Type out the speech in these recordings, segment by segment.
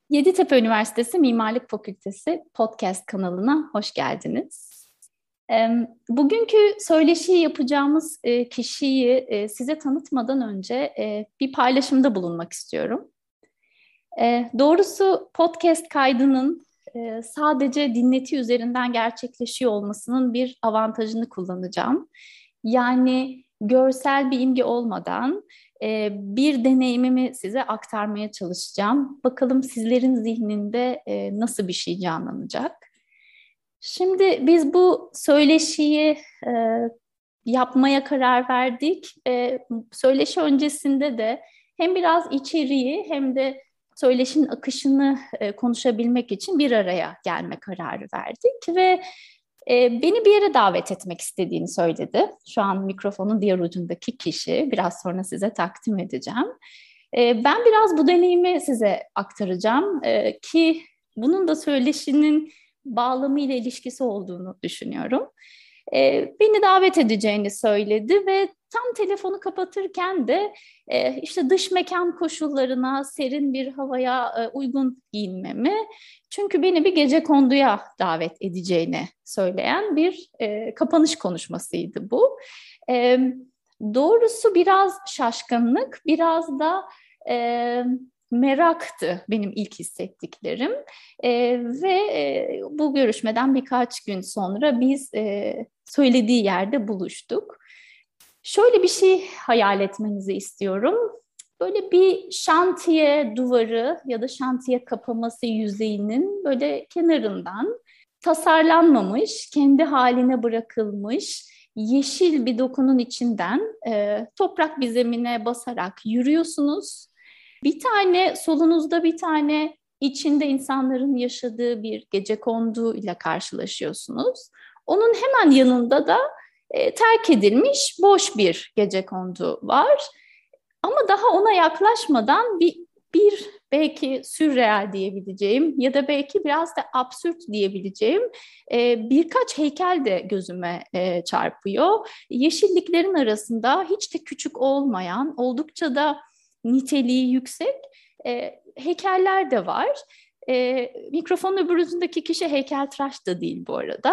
Yeditepe Üniversitesi Mimarlık Fakültesi podcast kanalına hoş geldiniz. Bugünkü söyleşiyi yapacağımız kişiyi size tanıtmadan önce bir paylaşımda bulunmak istiyorum. Doğrusu podcast kaydının sadece dinleti üzerinden gerçekleşiyor olmasının bir avantajını kullanacağım. Yani görsel bir imge olmadan bir deneyimimi size aktarmaya çalışacağım. Bakalım sizlerin zihninde nasıl bir şey canlanacak. Şimdi biz bu söyleşiyi yapmaya karar verdik. Söyleşi öncesinde de hem biraz içeriği hem de söyleşinin akışını konuşabilmek için bir araya gelme kararı verdik ve beni bir yere davet etmek istediğini söyledi. Şu an mikrofonun diğer ucundaki kişi. Biraz sonra size takdim edeceğim. Ben biraz bu deneyimi size aktaracağım ki bunun da söyleşinin bağlamı ile ilişkisi olduğunu düşünüyorum. Beni davet edeceğini söyledi ve tam telefonu kapatırken de işte dış mekan koşullarına, serin bir havaya uygun giyinmemi, çünkü beni bir gecekonduya davet edeceğini söyleyen bir kapanış konuşmasıydı bu. Doğrusu biraz şaşkınlık, biraz da meraktı benim ilk hissettiklerim. Bu görüşmeden birkaç gün sonra biz söylediği yerde buluştuk. Şöyle bir şey hayal etmenizi istiyorum. Böyle bir şantiye duvarı ya da şantiye kapaması yüzeyinin böyle kenarından tasarlanmamış, kendi haline bırakılmış yeşil bir dokunun içinden toprak bir zemine basarak yürüyorsunuz. Bir tane solunuzda bir tane içinde insanların yaşadığı bir gecekondu ile karşılaşıyorsunuz. Onun hemen yanında da terk edilmiş boş bir gecekondu var. Ama daha ona yaklaşmadan bir belki sürreal diyebileceğim ya da belki biraz da absürt diyebileceğim birkaç heykel de gözüme çarpıyor. Yeşilliklerin arasında hiç de küçük olmayan, oldukça da niteliği yüksek heykeller de var. Mikrofonun öbür ucundaki kişi heykeltıraş da değil bu arada.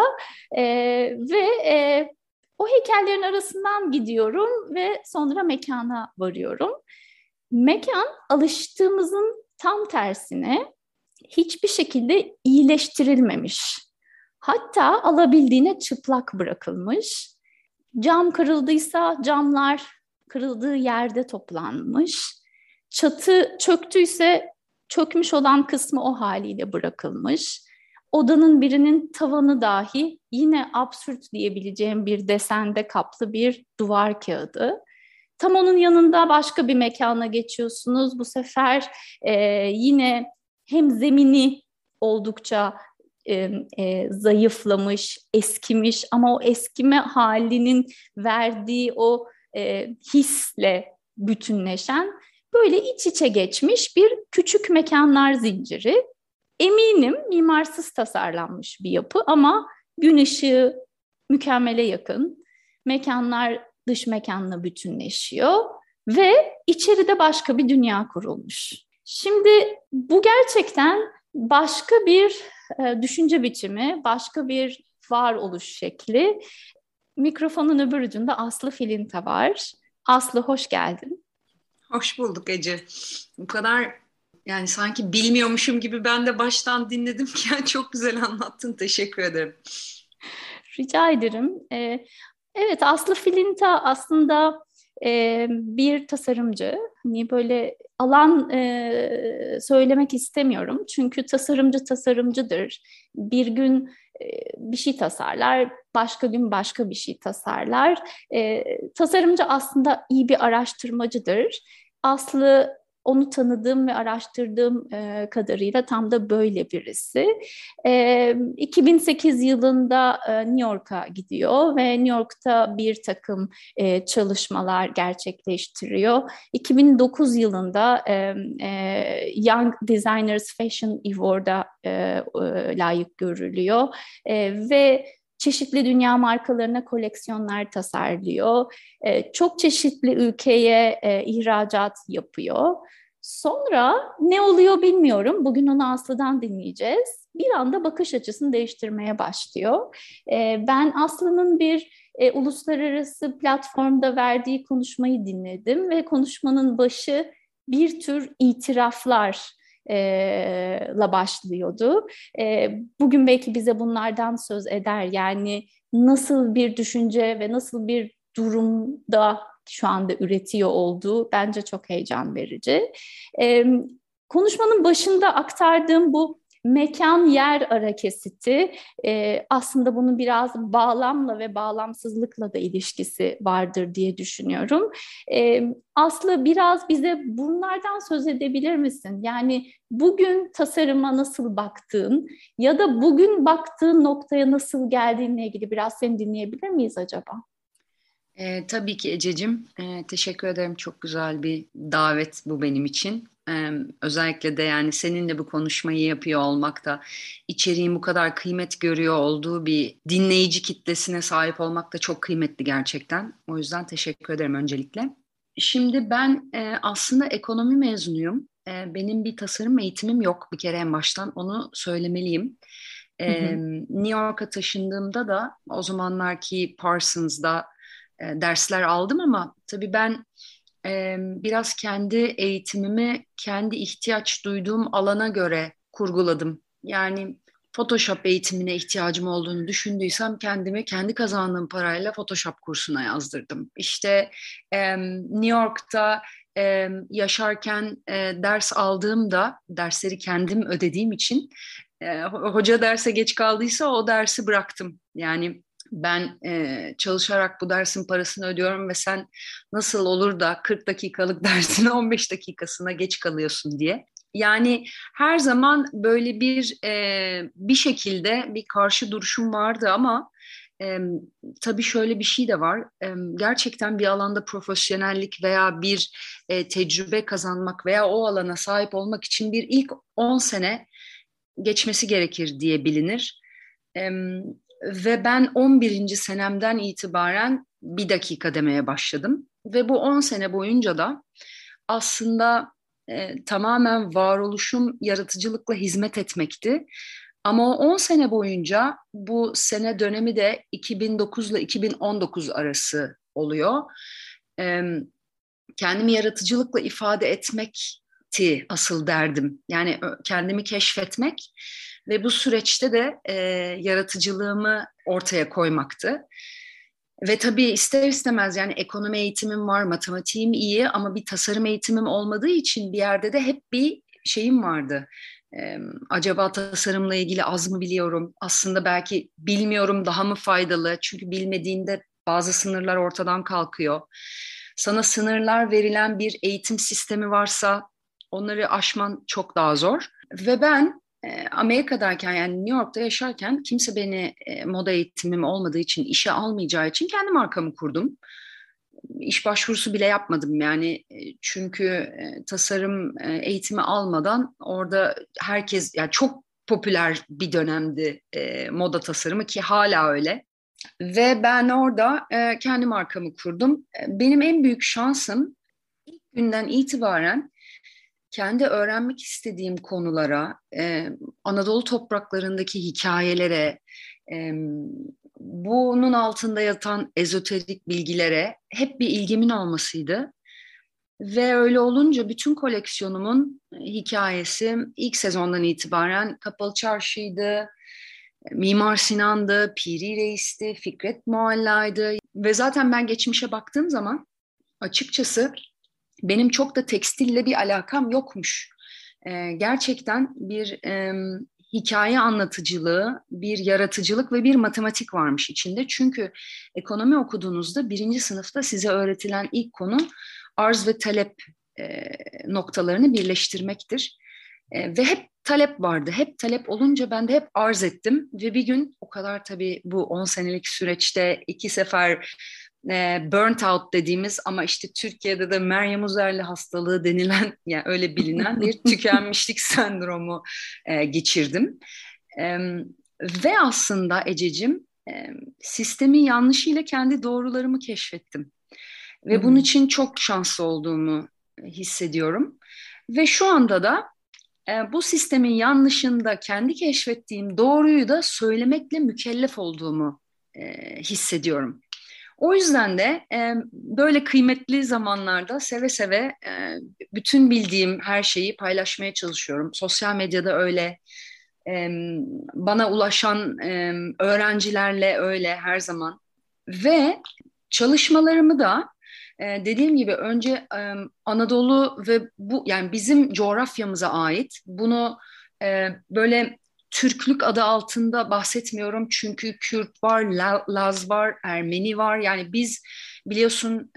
O heykellerin arasından gidiyorum ve sonra mekana varıyorum. Mekan alıştığımızın tam tersine hiçbir şekilde iyileştirilmemiş. Hatta alabildiğine çıplak bırakılmış. Cam kırıldıysa camlar kırıldığı yerde toplanmış. Çatı çöktüyse çökmüş olan kısmı o haliyle bırakılmış. Odanın birinin tavanı dahi yine absürt diyebileceğim bir desende kaplı bir duvar kağıdı. Tam onun yanında başka bir mekana geçiyorsunuz. Bu sefer yine hem zemini oldukça zayıflamış, eskimiş ama o eskime halinin verdiği o hisle bütünleşen böyle iç içe geçmiş bir küçük mekanlar zinciri. Eminim mimarsız tasarlanmış bir yapı ama gün ışığı mükemmele yakın. Mekanlar dış mekanla bütünleşiyor ve içeride başka bir dünya kurulmuş. Şimdi bu gerçekten başka bir düşünce biçimi, başka bir varoluş şekli. Mikrofonun öbür ucunda Aslı Filinta var. Aslı, hoş geldin. Hoş bulduk Ece. Bu kadar yani sanki bilmiyormuşum gibi ben de baştan dinledim ki yani çok güzel anlattın. Teşekkür ederim. Rica ederim. Evet, Aslı Filinta aslında bir tasarımcı. Hani böyle alan söylemek istemiyorum. Çünkü tasarımcı tasarımcıdır. Bir gün bir şey tasarlar, başka gün başka bir şey tasarlar. Tasarımcı aslında iyi bir araştırmacıdır. Aslı onu tanıdığım ve araştırdığım kadarıyla tam da böyle birisi. 2008 yılında New York'a gidiyor ve New York'ta bir takım çalışmalar gerçekleştiriyor. 2009 yılında Young Designers Fashion Award'a layık görülüyor ve çeşitli dünya markalarına koleksiyonlar tasarlıyor. Çok çeşitli ülkeye ihracat yapıyor. Sonra ne oluyor bilmiyorum. Bugün onu Aslı'dan dinleyeceğiz. Bir anda bakış açısını değiştirmeye başlıyor. Ben Aslı'nın bir uluslararası platformda verdiği konuşmayı dinledim ve konuşmanın başı bir tür itiraflar la başlıyordu. Bugün belki bize bunlardan söz eder. Yani nasıl bir düşünce ve nasıl bir durumda şu anda üretiyor olduğu bence çok heyecan verici. Ee, Konuşmanın başında aktardığım bu mekan yer ara kesiti aslında bunun biraz bağlamla ve bağlamsızlıkla da ilişkisi vardır diye düşünüyorum. Aslı biraz bize bunlardan söz edebilir misin? Yani bugün tasarıma nasıl baktığın ya da bugün baktığın noktaya nasıl geldiğinle ilgili biraz seni dinleyebilir miyiz acaba? Tabii ki Ececiğim. Teşekkür ederim. Çok güzel bir davet bu benim için. Özellikle de yani seninle bu konuşmayı yapıyor olmak da içeriğin bu kadar kıymet görüyor olduğu bir dinleyici kitlesine sahip olmak da çok kıymetli gerçekten. O yüzden teşekkür ederim öncelikle. Şimdi ben aslında ekonomi mezunuyum. Benim bir tasarım eğitimim yok bir kere en baştan onu söylemeliyim. Hı hı. New York'a taşındığımda da o zamanlarki Parsons'da dersler aldım ama tabii ben biraz kendi eğitimimi kendi ihtiyaç duyduğum alana göre kurguladım. Yani Photoshop eğitimine ihtiyacım olduğunu düşündüysem kendimi kendi kazandığım parayla Photoshop kursuna yazdırdım. İşte New York'ta yaşarken ders aldığımda dersleri kendim ödediğim için hoca derse geç kaldıysa o dersi bıraktım. Yani ben çalışarak bu dersin parasını ödüyorum ve sen nasıl olur da 40 dakikalık dersin 15 dakikasına geç kalıyorsun diye. Yani her zaman böyle bir şekilde bir karşı duruşum vardı ama e, tabii şöyle bir şey de var. Gerçekten bir alanda profesyonellik veya bir tecrübe kazanmak veya o alana sahip olmak için bir ilk 10 sene geçmesi gerekir diye bilinir. E, Ve ben 11. senemden itibaren bir dakika demeye başladım. Ve bu 10 sene boyunca da aslında tamamen varoluşum yaratıcılıkla hizmet etmekti. Ama o 10 sene boyunca bu sene dönemi de 2009 ile 2019 arası oluyor. E, Kendimi yaratıcılıkla ifade etmekti asıl derdim. Yani kendimi keşfetmek ve bu süreçte de yaratıcılığımı ortaya koymaktı. Ve tabii ister istemez yani ekonomi eğitimim var, matematiğim iyi ama bir tasarım eğitimim olmadığı için bir yerde de hep bir şeyim vardı. Acaba tasarımla ilgili az mı biliyorum? Aslında belki bilmiyorum daha mı faydalı? Çünkü bilmediğinde bazı sınırlar ortadan kalkıyor. Sana sınırlar verilen bir eğitim sistemi varsa onları aşman çok daha zor. Ve ben Amerika'dayken yani New York'ta yaşarken kimse beni moda eğitimim olmadığı için işe almayacağı için kendi markamı kurdum. İş başvurusu bile yapmadım yani çünkü tasarım eğitimi almadan orada herkes yani çok popüler bir dönemdi moda tasarımı ki hala öyle. Ve ben orada kendi markamı kurdum. Benim en büyük şansım ilk günden itibaren kendi öğrenmek istediğim konulara, Anadolu topraklarındaki hikayelere, e, bunun altında yatan ezoterik bilgilere hep bir ilgimin olmasıydı. Ve öyle olunca bütün koleksiyonumun hikayesi ilk sezondan itibaren Kapalı Çarşı'ydı, Mimar Sinan'dı, Piri Reis'ti, Fikret Mualla'ydı. Ve zaten ben geçmişe baktığım zaman açıkçası benim çok da tekstille bir alakam yokmuş. Gerçekten bir hikaye anlatıcılığı, bir yaratıcılık ve bir matematik varmış içinde. Çünkü ekonomi okuduğunuzda birinci sınıfta size öğretilen ilk konu arz ve talep noktalarını birleştirmektir. Ve hep talep vardı. Hep talep olunca ben de hep arz ettim. Ve bir gün o kadar tabii bu 10 senelik süreçte 2 sefer burnt out dediğimiz ama işte Türkiye'de de Meryem Uzerli hastalığı denilen yani öyle bilinen bir tükenmişlik sendromu geçirdim. E, Ve aslında Ececiğim sistemin yanlışıyla kendi doğrularımı keşfettim. Hı Ve bunun hı. için çok şanslı olduğumu hissediyorum. Ve şu anda da bu sistemin yanlışında kendi keşfettiğim doğruyu da söylemekle mükellef olduğumu hissediyorum. O yüzden de böyle kıymetli zamanlarda seve seve bütün bildiğim her şeyi paylaşmaya çalışıyorum. Sosyal medyada öyle, e, bana ulaşan öğrencilerle öyle her zaman. Ve çalışmalarımı da dediğim gibi önce Anadolu ve bu yani bizim coğrafyamıza ait. Bunu böyle Türklük adı altında bahsetmiyorum çünkü Kürt var, Laz var, Ermeni var. Yani biz biliyorsun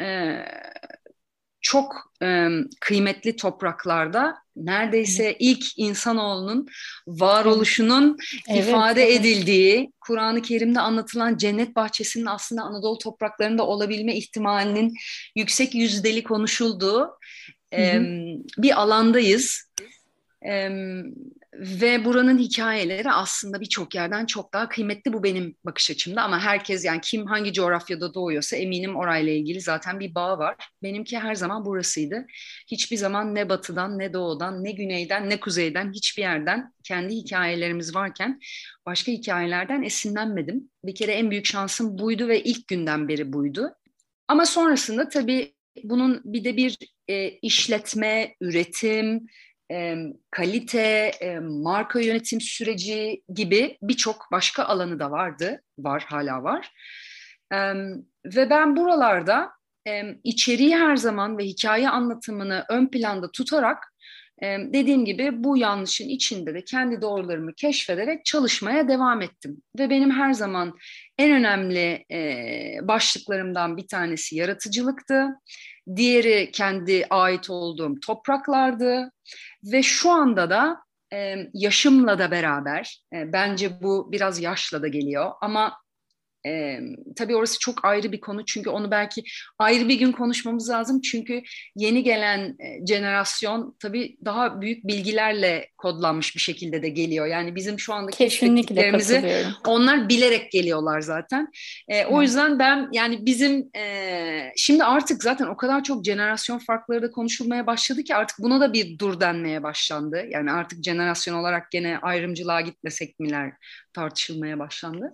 çok kıymetli topraklarda neredeyse ilk insanoğlunun Evet, varoluşunun evet, ifade evet. edildiği, Kur'an-ı Kerim'de anlatılan cennet bahçesinin aslında Anadolu topraklarında olabilme ihtimalinin yüksek yüzdeli konuşulduğu Hı hı. bir alandayız. Em, Ve buranın hikayeleri aslında birçok yerden çok daha kıymetli, bu benim bakış açımda, ama herkes yani kim hangi coğrafyada doğuyorsa eminim orayla ilgili zaten bir bağ var. Benimki her zaman burasıydı. Hiçbir zaman ne batıdan ne doğudan ne güneyden ne kuzeyden hiçbir yerden kendi hikayelerimiz varken başka hikayelerden esinlenmedim. Bir kere en büyük şansım buydu ve ilk günden beri buydu. Ama sonrasında tabii bunun bir de bir işletme, üretim, kalite, marka yönetim süreci gibi birçok başka alanı da vardı, var, hala var. E, Ve ben buralarda içeriği her zaman ve hikaye anlatımını ön planda tutarak dediğim gibi bu yanlışın içinde de kendi doğrularımı keşfederek çalışmaya devam ettim. Ve benim her zaman en önemli başlıklarımdan bir tanesi yaratıcılıktı. Diğeri kendi ait olduğum topraklardı. Ve şu anda da yaşımla da beraber, bence bu biraz yaşla da geliyor ama tabii orası çok ayrı bir konu çünkü onu belki ayrı bir gün konuşmamız lazım. Çünkü yeni gelen jenerasyon tabii daha büyük bilgilerle kodlanmış bir şekilde de geliyor. Yani bizim şu anda Kesinlikle keşfettiklerimizi katılıyorum. onlar bilerek geliyorlar zaten. O Evet. yüzden ben yani bizim şimdi artık zaten o kadar çok jenerasyon farkları da konuşulmaya başladı ki artık buna da bir dur denmeye başlandı. Yani artık jenerasyon olarak gene ayrımcılığa gitmesek miler tartışılmaya başlandı.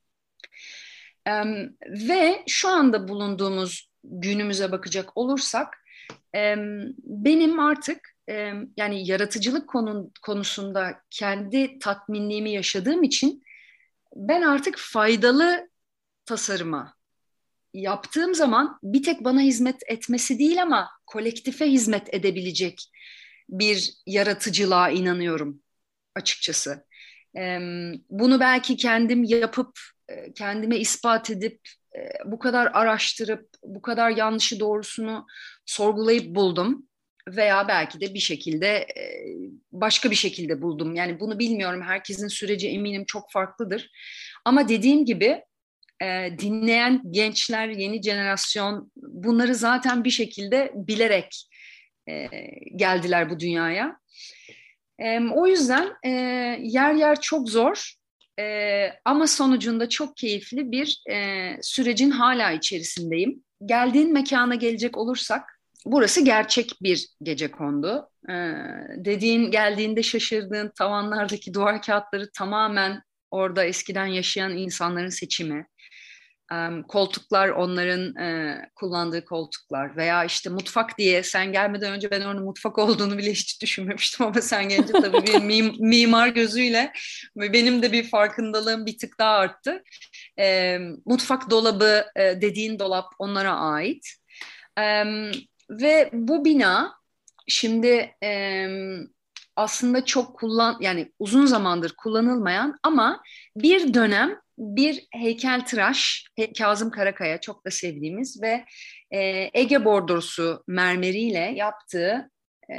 Ve şu anda bulunduğumuz günümüze bakacak olursak, benim artık yani yaratıcılık konusunda kendi tatminliğimi yaşadığım için ben artık faydalı tasarıma yaptığım zaman bir tek bana hizmet etmesi değil ama kolektife hizmet edebilecek bir yaratıcılığa inanıyorum açıkçası. Bunu belki kendim yapıp kendime ispat edip bu kadar araştırıp bu kadar yanlışı doğrusunu sorgulayıp buldum veya belki de bir şekilde başka bir şekilde buldum. Yani bunu bilmiyorum. Herkesin süreci eminim çok farklıdır. Ama dediğim gibi dinleyen gençler, yeni jenerasyon bunları zaten bir şekilde bilerek e, geldiler bu dünyaya. O yüzden yer yer çok zor ama sonucunda çok keyifli bir sürecin hala içerisindeyim. Geldiğin mekana gelecek olursak, burası gerçek bir gecekondu. Dediğin geldiğinde şaşırdığın tavanlardaki duvar kağıtları tamamen orada eskiden yaşayan insanların seçimi. Koltuklar onların kullandığı koltuklar veya işte mutfak diye sen gelmeden önce ben onun mutfak olduğunu bile hiç düşünmemiştim ama sen gelince tabii bir mimar gözüyle benim de bir farkındalığım bir tık daha arttı. Mutfak dolabı dediğin dolap onlara ait. E, Ve bu bina şimdi aslında çok yani uzun zamandır kullanılmayan ama bir dönem bir heykeltıraş Kazım Karakaya çok da sevdiğimiz ve Ege bordrosu mermeriyle yaptığı e,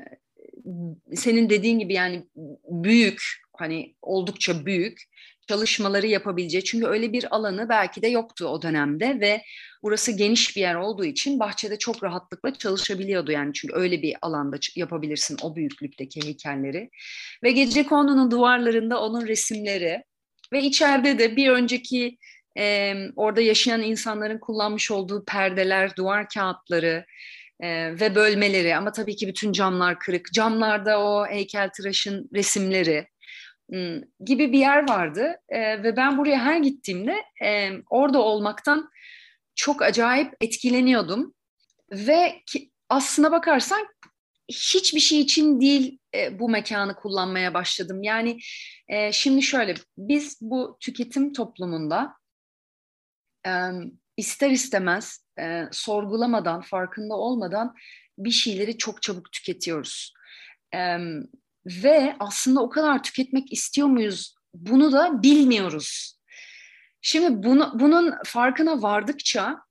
senin dediğin gibi yani büyük, hani oldukça büyük çalışmaları yapabileceği, çünkü öyle bir alanı belki de yoktu o dönemde ve burası geniş bir yer olduğu için bahçede çok rahatlıkla çalışabiliyordu, yani çünkü öyle bir alanda yapabilirsin o büyüklükteki heykelleri. Ve Gecekondu'nun duvarlarında onun resimleri ve içeride de bir önceki orada yaşayan insanların kullanmış olduğu perdeler, duvar kağıtları, ve bölmeleri, ama tabii ki bütün camlar kırık. Camlarda o heykeltıraşın resimleri gibi bir yer vardı. Ve ben buraya her gittiğimde orada olmaktan çok acayip etkileniyordum. Ve aslına bakarsan hiçbir şey için değil bu mekanı kullanmaya başladım. Yani şimdi şöyle, biz bu tüketim toplumunda e, ister istemez sorgulamadan, farkında olmadan bir şeyleri çok çabuk tüketiyoruz. E, Ve aslında o kadar tüketmek istiyor muyuz? Bunu da bilmiyoruz. Şimdi bunun farkına vardıkça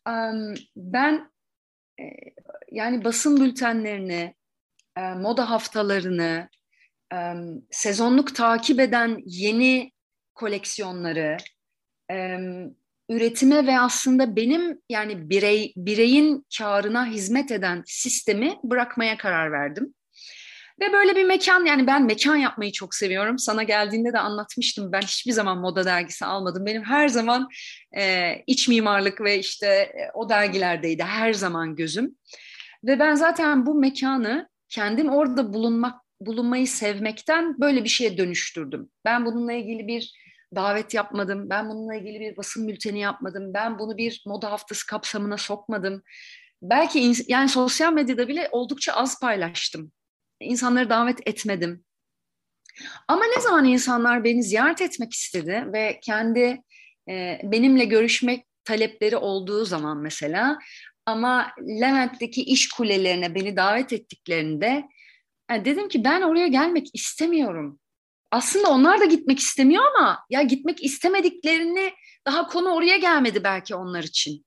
ben e, yani basın bültenlerini, moda haftalarını, sezonluk takip eden yeni koleksiyonları, e, üretime ve aslında benim yani bireyin kârına hizmet eden sistemi bırakmaya karar verdim. Ve böyle bir mekan, yani ben mekan yapmayı çok seviyorum. Sana geldiğinde de anlatmıştım. Ben hiçbir zaman moda dergisi almadım. Benim her zaman iç mimarlık ve işte o dergilerdeydi her zaman gözüm. Ve ben zaten bu mekanı kendim orada bulunmayı sevmekten böyle bir şeye dönüştürdüm. Ben bununla ilgili bir davet yapmadım. Ben bununla ilgili bir basın bülteni yapmadım. Ben bunu bir moda haftası kapsamına sokmadım. Belki yani sosyal medyada bile oldukça az paylaştım. İnsanları davet etmedim. Ama ne zaman insanlar beni ziyaret etmek istedi ve kendi benimle görüşmek talepleri olduğu zaman mesela, ama Levent'teki iş kulelerine beni davet ettiklerinde dedim ki ben oraya gelmek istemiyorum. Aslında onlar da gitmek istemiyor ama ya gitmek istemediklerini, daha konu oraya gelmedi belki onlar için.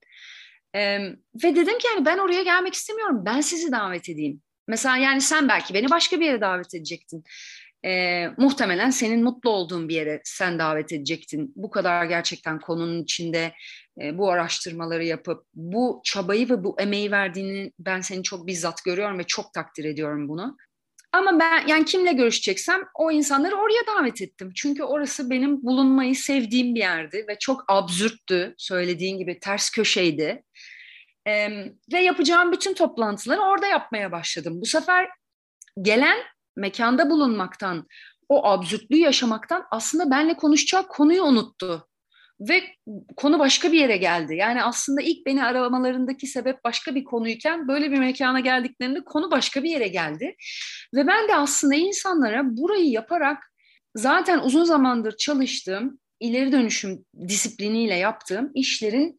Ve dedim ki yani ben oraya gelmek istemiyorum. Ben sizi davet edeyim. Mesela yani sen belki beni başka bir yere davet edecektin. Muhtemelen senin mutlu olduğun bir yere sen davet edecektin. Bu kadar gerçekten konunun içinde bu araştırmaları yapıp bu çabayı ve bu emeği verdiğini ben seni çok bizzat görüyorum ve çok takdir ediyorum bunu. Ama ben yani kimle görüşeceksem o insanları oraya davet ettim. Çünkü orası benim bulunmayı sevdiğim bir yerdi ve çok absürttü. Söylediğin gibi ters köşeydi. Ve yapacağım bütün toplantıları orada yapmaya başladım. Bu sefer gelen mekanda bulunmaktan, o absürtlüğü yaşamaktan aslında benle konuşacak konuyu unuttu. Ve konu başka bir yere geldi. Yani aslında ilk beni aramalarındaki sebep başka bir konuyken böyle bir mekana geldiklerinde konu başka bir yere geldi. Ve ben de aslında insanlara burayı yaparak zaten uzun zamandır çalıştığım, ileri dönüşüm disipliniyle yaptığım işlerin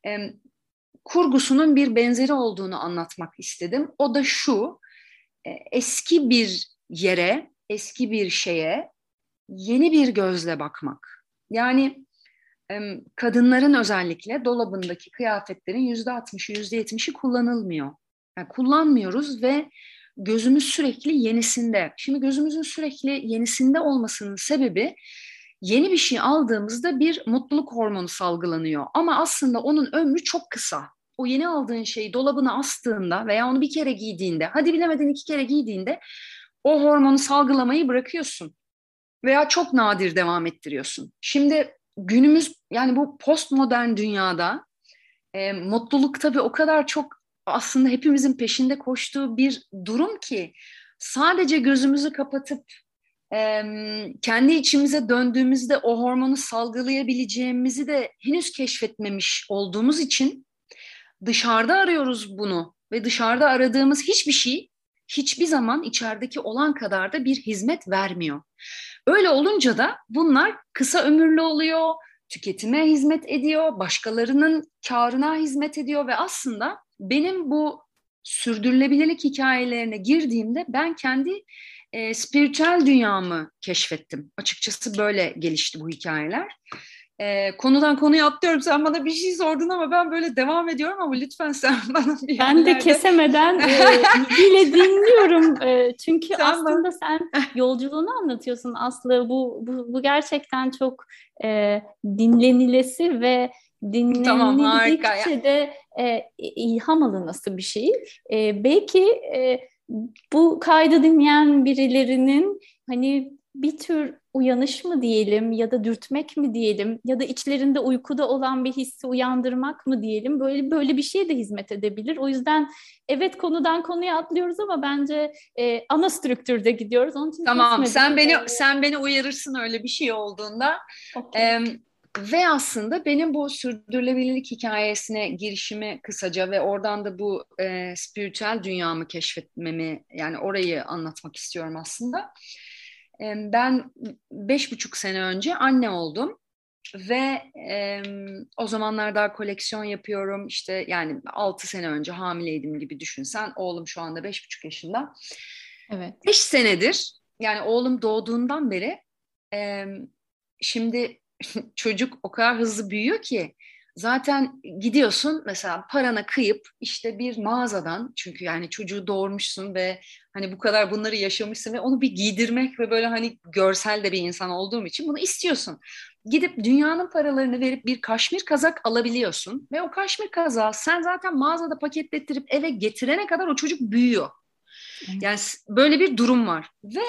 kurgusunun bir benzeri olduğunu anlatmak istedim. O da şu: eski bir yere, eski bir şeye yeni bir gözle bakmak. Yani kadınların özellikle dolabındaki kıyafetlerin %60'ı, %70'i kullanılmıyor. Yani kullanmıyoruz ve gözümüz sürekli yenisinde. Şimdi gözümüzün sürekli yenisinde olmasının sebebi, yeni bir şey aldığımızda bir mutluluk hormonu salgılanıyor. Ama aslında onun ömrü çok kısa. O yeni aldığın şeyi dolabına astığında veya onu bir kere giydiğinde, hadi bilemedin 2 kere giydiğinde o hormonu salgılamayı bırakıyorsun. Veya çok nadir devam ettiriyorsun. Şimdi günümüz yani bu postmodern dünyada mutluluk tabii o kadar çok aslında hepimizin peşinde koştuğu bir durum ki, sadece gözümüzü kapatıp kendi içimize döndüğümüzde o hormonu salgılayabileceğimizi de henüz keşfetmemiş olduğumuz için dışarıda arıyoruz bunu ve dışarıda aradığımız hiçbir şey hiçbir zaman içerideki olan kadar da bir hizmet vermiyor. Öyle olunca da bunlar kısa ömürlü oluyor, tüketime hizmet ediyor, başkalarının kârına hizmet ediyor ve aslında benim bu sürdürülebilirlik hikayelerine girdiğimde ben kendi spiritüel dünyamı keşfettim. Açıkçası böyle gelişti bu hikayeler. Konudan konuya atlıyorum. Sen bana bir şey sordun ama ben böyle devam ediyorum, ama lütfen sen bana bir Ben de kesemeden ilgiyle dinliyorum. Çünkü Sen aslında sen yolculuğunu anlatıyorsun Aslı. Bu gerçekten çok dinlenilesi ve Tamam, harika. dinlenildikçe de ilham alınası bir şey. Belki bu kaydı dinleyen birilerinin hani bir tür uyanış mı diyelim ya da dürtmek mi diyelim ya da içlerinde uykuda olan bir hissi uyandırmak mı diyelim, böyle bir şeye de hizmet edebilir. O yüzden evet, konudan konuya atlıyoruz ama bence ana strüktürde gidiyoruz. Onun için Tamam, kesmedim. sen beni uyarırsın öyle bir şey olduğunda. Okey. Ee, Ve aslında benim bu sürdürülebilirlik hikayesine girişimi kısaca ve oradan da bu spiritüel dünyamı keşfetmemi, yani orayı anlatmak istiyorum aslında. Ben 5,5 sene önce anne oldum ve o zamanlar daha koleksiyon yapıyorum. İşte yani 6 sene önce hamileydim gibi düşünsen. Oğlum şu anda 5,5 yaşında. Evet. 5 senedir, yani oğlum doğduğundan beri, e, şimdi çocuk o kadar hızlı büyüyor ki zaten gidiyorsun mesela parana kıyıp işte bir mağazadan, çünkü yani çocuğu doğurmuşsun ve hani bu kadar bunları yaşamışsın ve onu bir giydirmek ve böyle hani görsel de bir insan olduğum için bunu istiyorsun. Gidip dünyanın paralarını verip bir kaşmir kazak alabiliyorsun ve o kaşmir kazağı sen zaten mağazada paketlettirip eve getirene kadar o çocuk büyüyor. Yani böyle bir durum var ve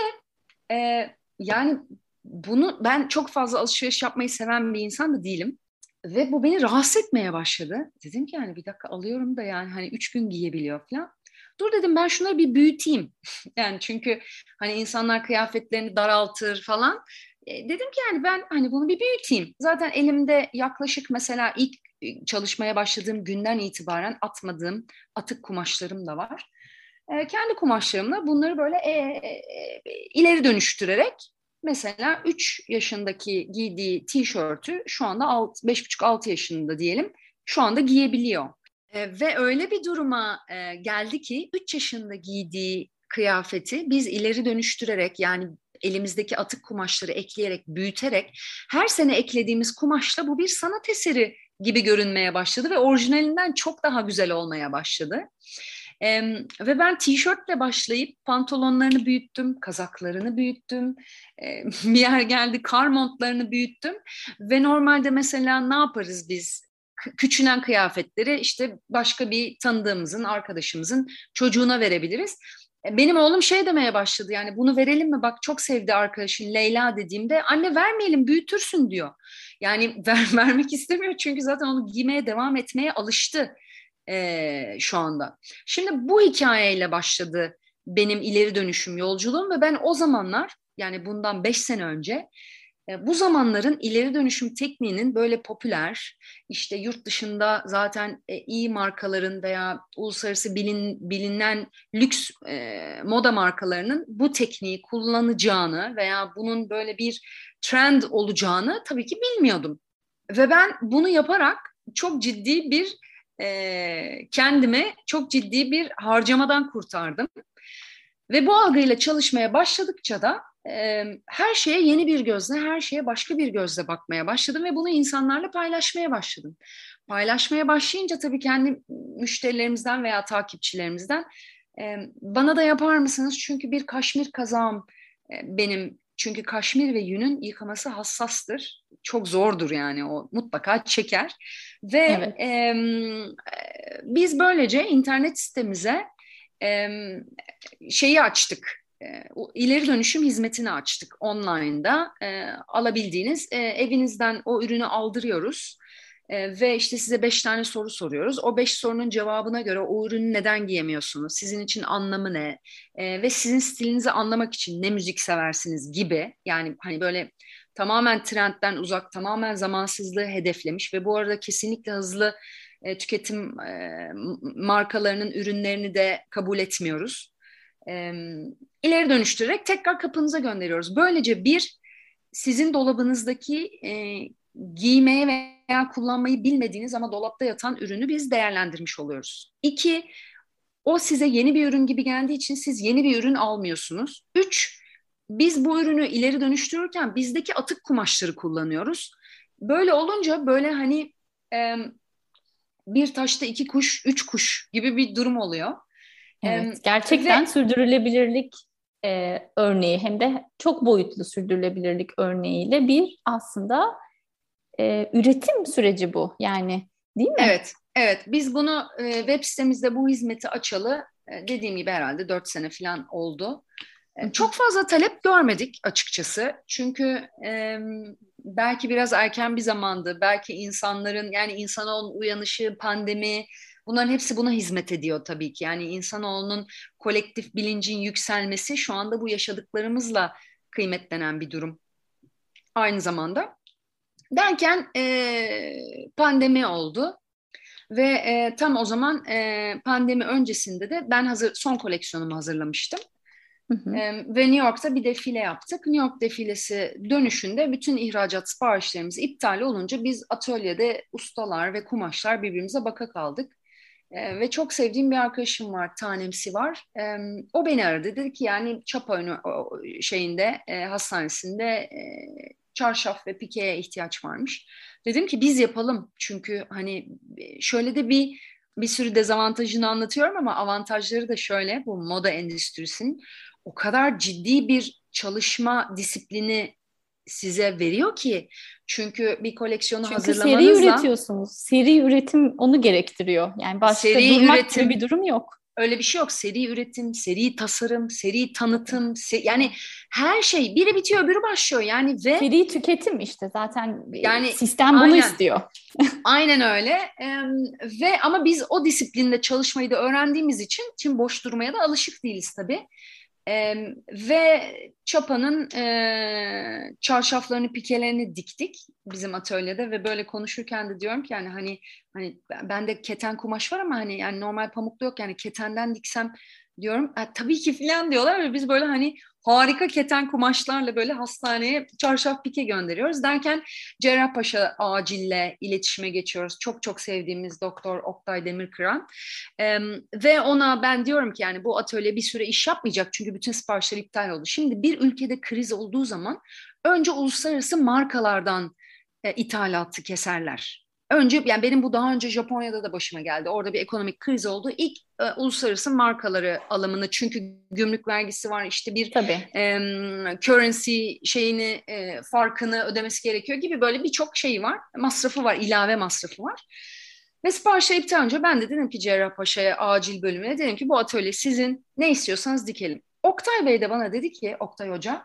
yani bunu, ben çok fazla alışveriş yapmayı seven bir insan da değilim. Ve bu beni rahatsız etmeye başladı. Dedim ki yani bir dakika, alıyorum da yani hani 3 gün giyebiliyor falan. Dur dedim, ben şunları bir büyüteyim. Yani çünkü hani insanlar kıyafetlerini daraltır falan. Dedim ki yani ben hani bunu bir büyüteyim. Zaten elimde yaklaşık, mesela ilk çalışmaya başladığım günden itibaren atmadığım atık kumaşlarım da var. Kendi kumaşlarımla bunları böyle ileri dönüştürerek, mesela 3 yaşındaki giydiği tişörtü şu anda 5,5-6 yaşında diyelim, şu anda giyebiliyor. Ve öyle bir duruma geldi ki 3 yaşında giydiği kıyafeti biz ileri dönüştürerek, yani elimizdeki atık kumaşları ekleyerek, büyüterek, her sene eklediğimiz kumaşla bu bir sanat eseri gibi görünmeye başladı ve orijinalinden çok daha güzel olmaya başladı. Ve ben tişörtle başlayıp pantolonlarını büyüttüm, kazaklarını büyüttüm, bir yer geldi kar montlarını büyüttüm ve normalde mesela ne yaparız biz? Küçülen kıyafetleri işte başka bir tanıdığımızın, arkadaşımızın çocuğuna verebiliriz. Benim oğlum şey demeye başladı, yani bunu verelim mi? Bak çok sevdi arkadaşın Leyla dediğimde, anne vermeyelim büyütürsün diyor. Yani vermek istemiyor çünkü zaten onu giymeye devam etmeye alıştı şu anda. Şimdi bu hikayeyle başladı benim ileri dönüşüm yolculuğum ve ben o zamanlar, yani bundan 5 sene önce, bu zamanların ileri dönüşüm tekniğinin böyle popüler, işte yurt dışında zaten iyi markaların veya uluslararası bilinen lüks moda markalarının bu tekniği kullanacağını veya bunun böyle bir trend olacağını tabii ki bilmiyordum. Ve ben bunu yaparak çok ciddi bir kendimi çok ciddi bir harcamadan kurtardım. Ve bu algıyla çalışmaya başladıkça da her şeye yeni bir gözle, her şeye başka bir gözle bakmaya başladım ve bunu insanlarla paylaşmaya başladım. Paylaşmaya başlayınca tabii kendi müşterilerimizden veya takipçilerimizden bana da yapar mısınız? Çünkü bir kaşmir kazağım benim. Çünkü kaşmir ve yünün yıkaması hassastır. Çok zordur yani, o mutlaka çeker. Ve Evet. biz böylece internet sitemize e, şeyi açtık. İleri dönüşüm hizmetini açtık online'da. Alabildiğiniz, evinizden o ürünü aldırıyoruz. Ve işte size 5 tane soru soruyoruz. O 5 sorunun cevabına göre o ürünü neden giyemiyorsunuz? Sizin için anlamı ne? Ve sizin stilinizi anlamak için ne müzik seversiniz gibi. Yani hani böyle tamamen trendten uzak, tamamen zamansızlığı hedeflemiş ve bu arada kesinlikle hızlı tüketim markalarının ürünlerini de kabul etmiyoruz. E, ileri dönüştürerek tekrar kapınıza gönderiyoruz. Böylece bir, sizin dolabınızdaki giymeye veya kullanmayı bilmediğiniz ama dolapta yatan ürünü biz değerlendirmiş oluyoruz. İki, o size yeni bir ürün gibi geldiği için siz yeni bir ürün almıyorsunuz. Üç, biz bu ürünü ileri dönüştürürken bizdeki atık kumaşları kullanıyoruz. Böyle olunca böyle hani e, bir taşta iki kuş, üç kuş gibi bir durum oluyor. Evet, Ve gerçekten sürdürülebilirlik örneği, hem de çok boyutlu sürdürülebilirlik örneğiyle bir aslında üretim süreci bu. Yani değil mi? evet, evet. Biz bunu web sitemizde bu hizmeti açalı, dediğim gibi herhalde 4 sene falan oldu. Hı hı. Çok fazla talep görmedik açıkçası. Çünkü belki biraz erken bir zamandı. Belki insanların yani insanoğlunun uyanışı, pandemi bunların hepsi buna hizmet ediyor tabii ki. Yani insanoğlunun kolektif bilincin yükselmesi şu anda bu yaşadıklarımızla kıymetlenen bir durum. Aynı zamanda. Derken pandemi oldu. Ve tam o zaman pandemi öncesinde de ben son koleksiyonumu hazırlamıştım. Hı hı. Ve New York'ta bir defile yaptık. New York defilesi dönüşünde bütün ihracat siparişlerimiz iptal olunca biz atölyede ustalar ve kumaşlar birbirimize baka kaldık. Ve çok sevdiğim bir arkadaşım var, Tanemsi var. O beni aradı. Dedi ki yani Çapa şeyinde, hastanesinde çarşaf ve pikeye ihtiyaç varmış. Dedim ki biz yapalım. Çünkü hani şöyle de bir sürü dezavantajını anlatıyorum ama avantajları da şöyle bu moda endüstrisinin o kadar ciddi bir çalışma disiplini size veriyor ki çünkü bir koleksiyonu Çünkü seri hazırlamanızla üretiyorsunuz. Seri üretim onu gerektiriyor. Yani başta seri durmak gibi bir üretim durum yok. öyle bir şey yok. Seri üretim, seri tasarım, seri tanıtım, yani her şey biri bitiyor öbürü başlıyor yani ve Seri tüketim işte zaten yani sistem bunu aynen istiyor. aynen öyle. Ve ama biz o disiplinde çalışmayı da öğrendiğimiz için şimdi boş durmaya da alışık değiliz tabii. Ve Çapa'nın çarşaflarını, pikelerini diktik bizim atölyede ve böyle konuşurken de diyorum ki yani hani bende keten kumaş var ama hani yani normal pamuklu yok yani ketenden diksem diyorum. Tabii ki filan diyorlar ve biz böyle hani harika keten kumaşlarla böyle hastaneye çarşaf pike gönderiyoruz derken Cerrahpaşa acille iletişime geçiyoruz. Çok çok sevdiğimiz Doktor Oktay Demirkıran. Ve ona ben diyorum ki yani bu atölye bir süre iş yapmayacak çünkü bütün siparişler iptal oldu. Şimdi bir ülkede kriz olduğu zaman önce uluslararası markalardan ithalatı keserler. Önce yani benim bu daha önce Japonya'da da başıma geldi. Orada bir ekonomik kriz oldu. İlk uluslararası markaları alımını çünkü gümrük vergisi var işte bir Tabii. currency şeyini farkını ödemesi gerekiyor gibi böyle birçok şeyi var. Masrafı var, ilave masrafı var. Ve siparişler iptal olunca ben de dedim ki Cerrahpaşa'ya acil bölümüne dedim ki bu atölye sizin ne istiyorsanız dikelim. Oktay Bey de bana dedi ki Oktay Hoca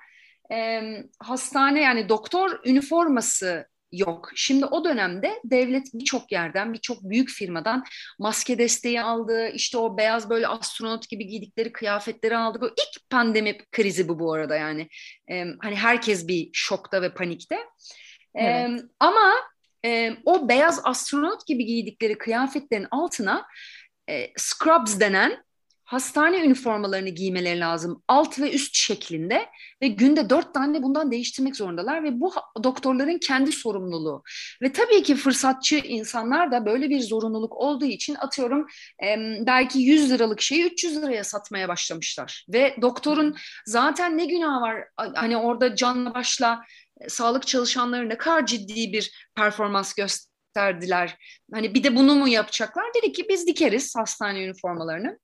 hastane yani doktor üniforması yok. Şimdi o dönemde devlet birçok yerden, birçok büyük firmadan maske desteği aldı. İşte o beyaz böyle astronot gibi giydikleri kıyafetleri aldı. Bu ilk pandemi krizi bu arada yani. Hani herkes bir şokta ve panikte. Evet. Ama o beyaz astronot gibi giydikleri kıyafetlerin altına scrubs denen hastane üniformalarını giymeleri lazım. Alt ve üst şeklinde ve günde 4 tane bundan değiştirmek zorundalar ve bu doktorların kendi sorumluluğu. Ve tabii ki fırsatçı insanlar da böyle bir zorunluluk olduğu için atıyorum belki 100 liralık şeyi 300 liraya satmaya başlamışlar. Ve doktorun zaten ne günahı var hani orada canla başla sağlık çalışanları ne kadar ciddi bir performans gösterdiler. Hani bir de bunu mu yapacaklar? Dedi ki biz dikeriz hastane üniformalarını.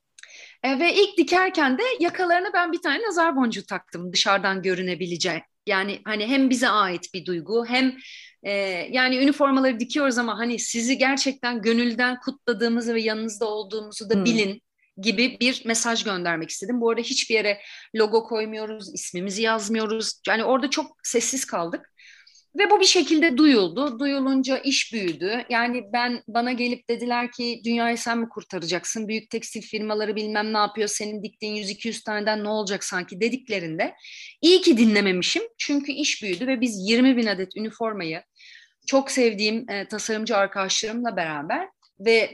Ve ilk dikerken de yakalarına ben bir tane nazar boncuğu taktım dışarıdan görünebilecek. Yani hani hem bize ait bir duygu hem yani üniformaları dikiyoruz ama hani sizi gerçekten gönülden kutladığımızı ve yanınızda olduğumuzu da Hmm. bilin gibi bir mesaj göndermek istedim. Bu arada hiçbir yere logo koymuyoruz, ismimizi yazmıyoruz. Yani orada çok sessiz kaldık. Ve bu bir şekilde duyuldu. Duyulunca iş büyüdü. Yani bana gelip dediler ki dünyayı sen mi kurtaracaksın? Büyük tekstil firmaları bilmem ne yapıyor. Senin diktiğin 100-200 taneden ne olacak sanki dediklerinde iyi ki dinlememişim. Çünkü iş büyüdü ve biz 20 bin adet üniformayı çok sevdiğim tasarımcı arkadaşlarımla beraber ve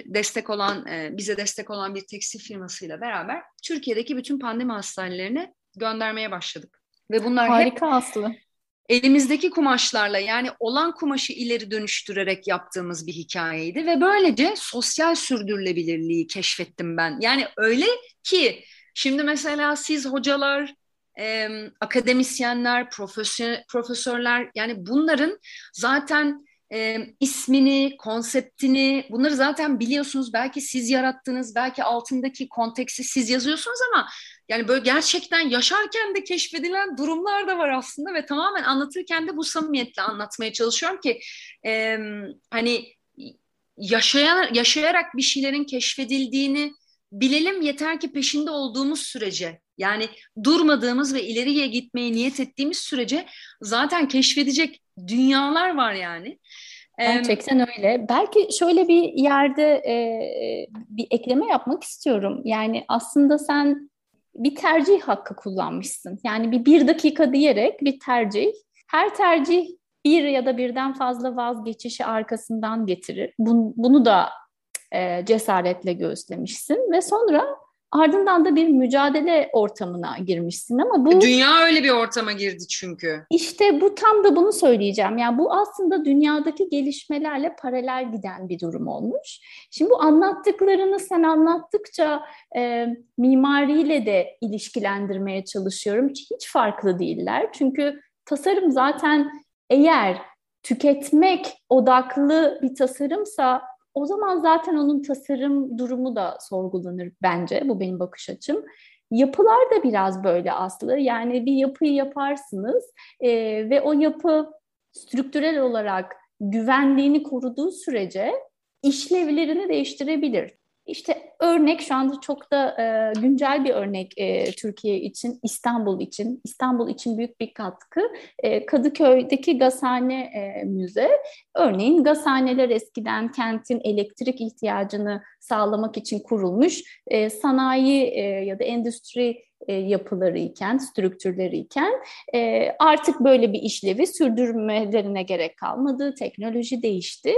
bize destek olan bir tekstil firmasıyla beraber Türkiye'deki bütün pandemi hastanelerine göndermeye başladık. Ve bunlar hep Harika Aslı. elimizdeki kumaşlarla yani olan kumaşı ileri dönüştürerek yaptığımız bir hikayeydi ve böylece sosyal sürdürülebilirliği keşfettim ben. Yani öyle ki şimdi mesela siz hocalar, akademisyenler, profesörler yani bunların zaten ismini, konseptini bunları zaten biliyorsunuz. Belki siz yarattınız, belki altındaki konteksti siz yazıyorsunuz ama yani böyle gerçekten yaşarken de keşfedilen durumlar da var aslında ve tamamen anlatırken de bu samimiyetle anlatmaya çalışıyorum ki hani yaşayarak bir şeylerin keşfedildiğini bilelim yeter ki peşinde olduğumuz sürece, yani durmadığımız ve ileriye gitmeye niyet ettiğimiz sürece zaten keşfedecek dünyalar var yani. Gerçekten öyle. Belki şöyle bir yerde bir ekleme yapmak istiyorum. Yani aslında sen bir tercih hakkı kullanmışsın. Yani bir dakika diyerek bir tercih. Her tercih bir ya da birden fazla vazgeçişi arkasından getirir. Bunu da cesaretle göğüslemişsin ve sonra ardından da bir mücadele ortamına girmişsin. Ama bu Dünya öyle bir ortama girdi çünkü. işte bu tam da bunu söyleyeceğim. Yani bu aslında dünyadaki gelişmelerle paralel giden bir durum olmuş. Şimdi bu anlattıklarını sen anlattıkça mimariyle de ilişkilendirmeye çalışıyorum. Hiç farklı değiller. Çünkü tasarım zaten eğer tüketmek odaklı bir tasarımsa o zaman zaten onun tasarım durumu da sorgulanır bence. Bu benim bakış açım. Yapılar da biraz böyle Aslı. Yani bir yapıyı yaparsınız ve o yapı strüktürel olarak güvenliğini koruduğu sürece işlevlerini değiştirebilir. İşte örnek şu anda çok da güncel bir örnek Türkiye için, İstanbul için. İstanbul için büyük bir katkı. Kadıköy'deki Gazhane Müze. Örneğin gazhaneler eskiden kentin elektrik ihtiyacını sağlamak için kurulmuş sanayi ya da endüstri yapıları iken, strüktürleri iken artık böyle bir işlevi sürdürmelerine gerek kalmadı. Teknoloji değişti.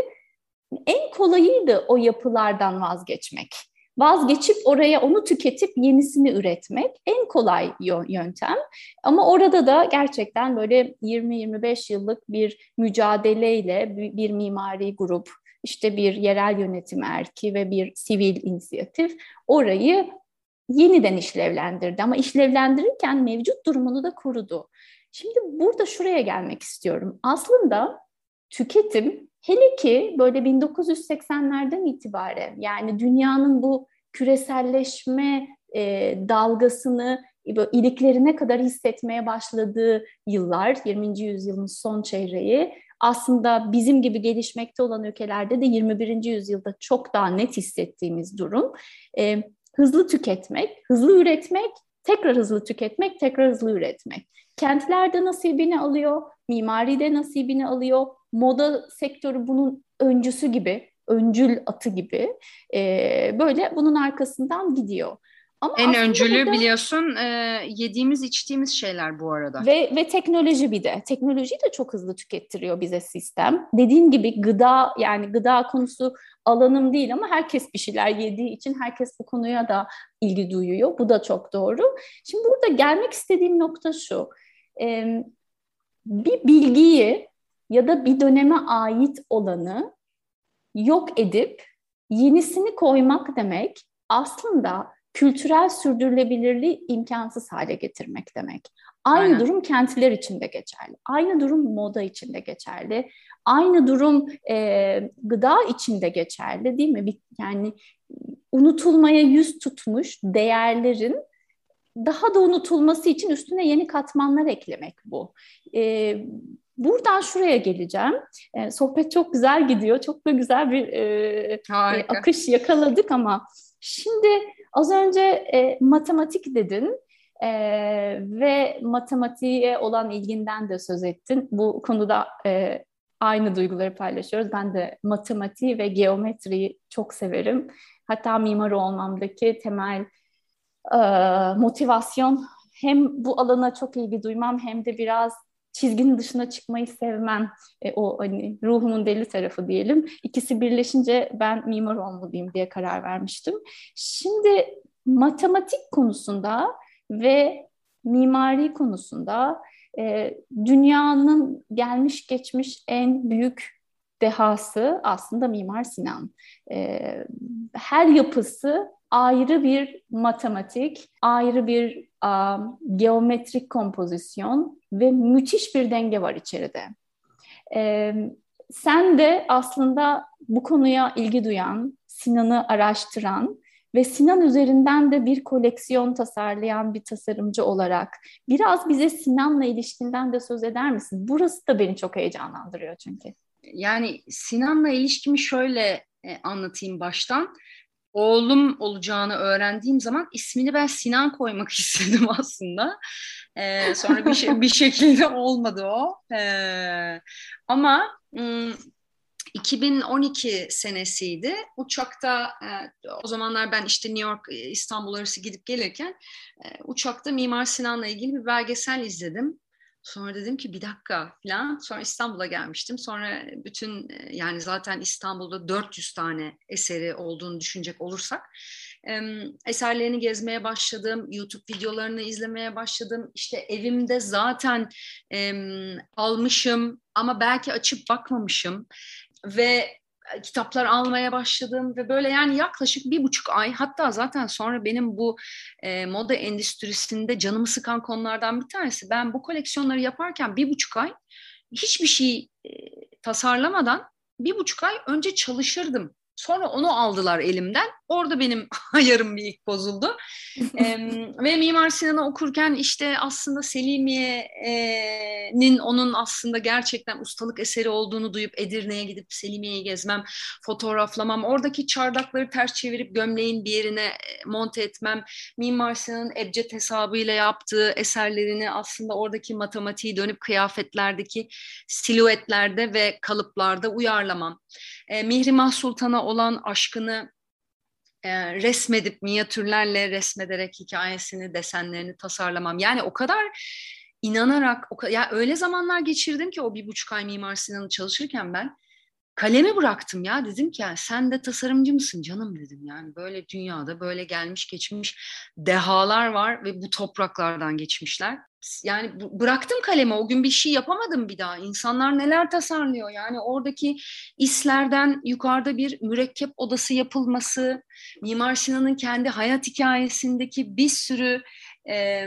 En kolayıydı o yapılardan vazgeçmek. Vazgeçip oraya onu tüketip yenisini üretmek en kolay yöntem. Ama orada da gerçekten böyle 20-25 yıllık bir mücadeleyle bir mimari grup, işte bir yerel yönetim erki ve bir sivil inisiyatif orayı yeniden işlevlendirdi. Ama işlevlendirirken mevcut durumunu da korudu. Şimdi burada şuraya gelmek istiyorum. Aslında tüketim hele ki böyle 1980'lerden itibaren yani dünyanın bu küreselleşme dalgasını böyle iliklerine kadar hissetmeye başladığı yıllar, 20. yüzyılın son çeyreği aslında bizim gibi gelişmekte olan ülkelerde de 21. yüzyılda çok daha net hissettiğimiz durum. Hızlı tüketmek, hızlı üretmek, tekrar hızlı tüketmek, tekrar hızlı üretmek. Kentlerde nasibini alıyor, mimaride nasibini alıyor, moda sektörü bunun öncüsü gibi, öncül atı gibi böyle bunun arkasından gidiyor. Ama En aslında öncülü burada biliyorsun yediğimiz içtiğimiz şeyler bu arada. ve teknoloji bir de. Teknolojiyi de çok hızlı tükettiriyor bize sistem. Dediğim gibi gıda yani gıda konusu alanım değil ama herkes bir şeyler yediği için herkes bu konuya da ilgi duyuyor. Bu da çok doğru. Şimdi burada gelmek istediğim nokta şu. Bir bilgiyi ya da bir döneme ait olanı yok edip yenisini koymak demek aslında kültürel sürdürülebilirliği imkansız hale getirmek demek. Aynı Aynen. durum kentler için de geçerli. Aynı durum moda için de geçerli. Aynı durum gıda için de geçerli değil mi? Yani unutulmaya yüz tutmuş değerlerin daha da unutulması için üstüne yeni katmanlar eklemek bu. Buradan şuraya geleceğim. Sohbet çok güzel gidiyor. Çok da güzel bir Harika. akış yakaladık ama şimdi az önce matematik dedin ve matematiğe olan ilginden de söz ettin. Bu konuda aynı duyguları paylaşıyoruz. Ben de matematiği ve geometriyi çok severim. Hatta mimar olmamdaki temel motivasyon hem bu alana çok ilgi duymam hem de biraz çizginin dışına çıkmayı sevmem. O hani ruhumun deli tarafı diyelim. İkisi birleşince ben mimar olmalıyım diye karar vermiştim. Şimdi matematik konusunda ve mimari konusunda dünyanın gelmiş geçmiş en büyük dehası aslında Mimar Sinan. Her yapısı ayrı bir matematik, ayrı bir geometrik kompozisyon ve müthiş bir denge var içeride. Ee, Sen de aslında bu konuya ilgi duyan, Sinan'ı araştıran ve Sinan üzerinden de bir koleksiyon tasarlayan bir tasarımcı olarak biraz bize Sinan'la ilişkinden de söz eder misin? Burası da beni çok heyecanlandırıyor çünkü. Yani Sinan'la ilişkimi şöyle anlatayım baştan. oğlum olacağını öğrendiğim zaman ismini ben Sinan koymak istedim aslında. Sonra bir şekilde olmadı o. Ama 2012 senesiydi. Uçakta o zamanlar ben işte New York, İstanbul arası gidip gelirken uçakta Mimar Sinan'la ilgili bir belgesel izledim. Sonra dedim ki bir dakika falan. Sonra İstanbul'a gelmiştim. Sonra bütün yani zaten İstanbul'da 400 tane eseri olduğunu düşünecek olursak eserlerini gezmeye başladım. YouTube videolarını izlemeye başladım. İşte evimde zaten almışım ama belki açıp bakmamışım ve kitaplar almaya başladım ve böyle yani yaklaşık 1,5 ay, hatta zaten sonra benim bu moda endüstrisinde canımı sıkan konulardan bir tanesi, ben bu koleksiyonları yaparken 1,5 ay hiçbir şey tasarlamadan 1,5 ay önce çalışırdım. Sonra onu aldılar elimden. Orada benim ayarım bir ilk bozuldu. Ve Mimar Sinan'ı okurken işte aslında Selimiye'nin onun aslında gerçekten ustalık eseri olduğunu duyup Edirne'ye gidip Selimiye'yi gezmem, fotoğraflamam, oradaki çardakları ters çevirip gömleğin bir yerine monte etmem, Mimar Sinan'ın ebced hesabıyla yaptığı eserlerini aslında oradaki matematiği dönüp kıyafetlerdeki silüetlerde ve kalıplarda uyarlamam. Mihrimah Sultan'a olan aşkını resmedip minyatürlerle resmederek hikayesini, desenlerini tasarlamam. Yani o kadar inanarak, ya öyle zamanlar geçirdim ki o 1,5 ay Mimar Sinan'ı çalışırken ben kalemi bıraktım ya, dedim ki yani sen de tasarımcı mısın canım dedim, yani böyle dünyada böyle gelmiş geçmiş dehalar var ve bu topraklardan geçmişler. Yani bıraktım kalemi, o gün bir şey yapamadım bir daha. İnsanlar neler tasarlıyor yani, oradaki islerden yukarıda bir mürekkep odası yapılması, Mimar Sinan'ın kendi hayat hikayesindeki bir sürü e,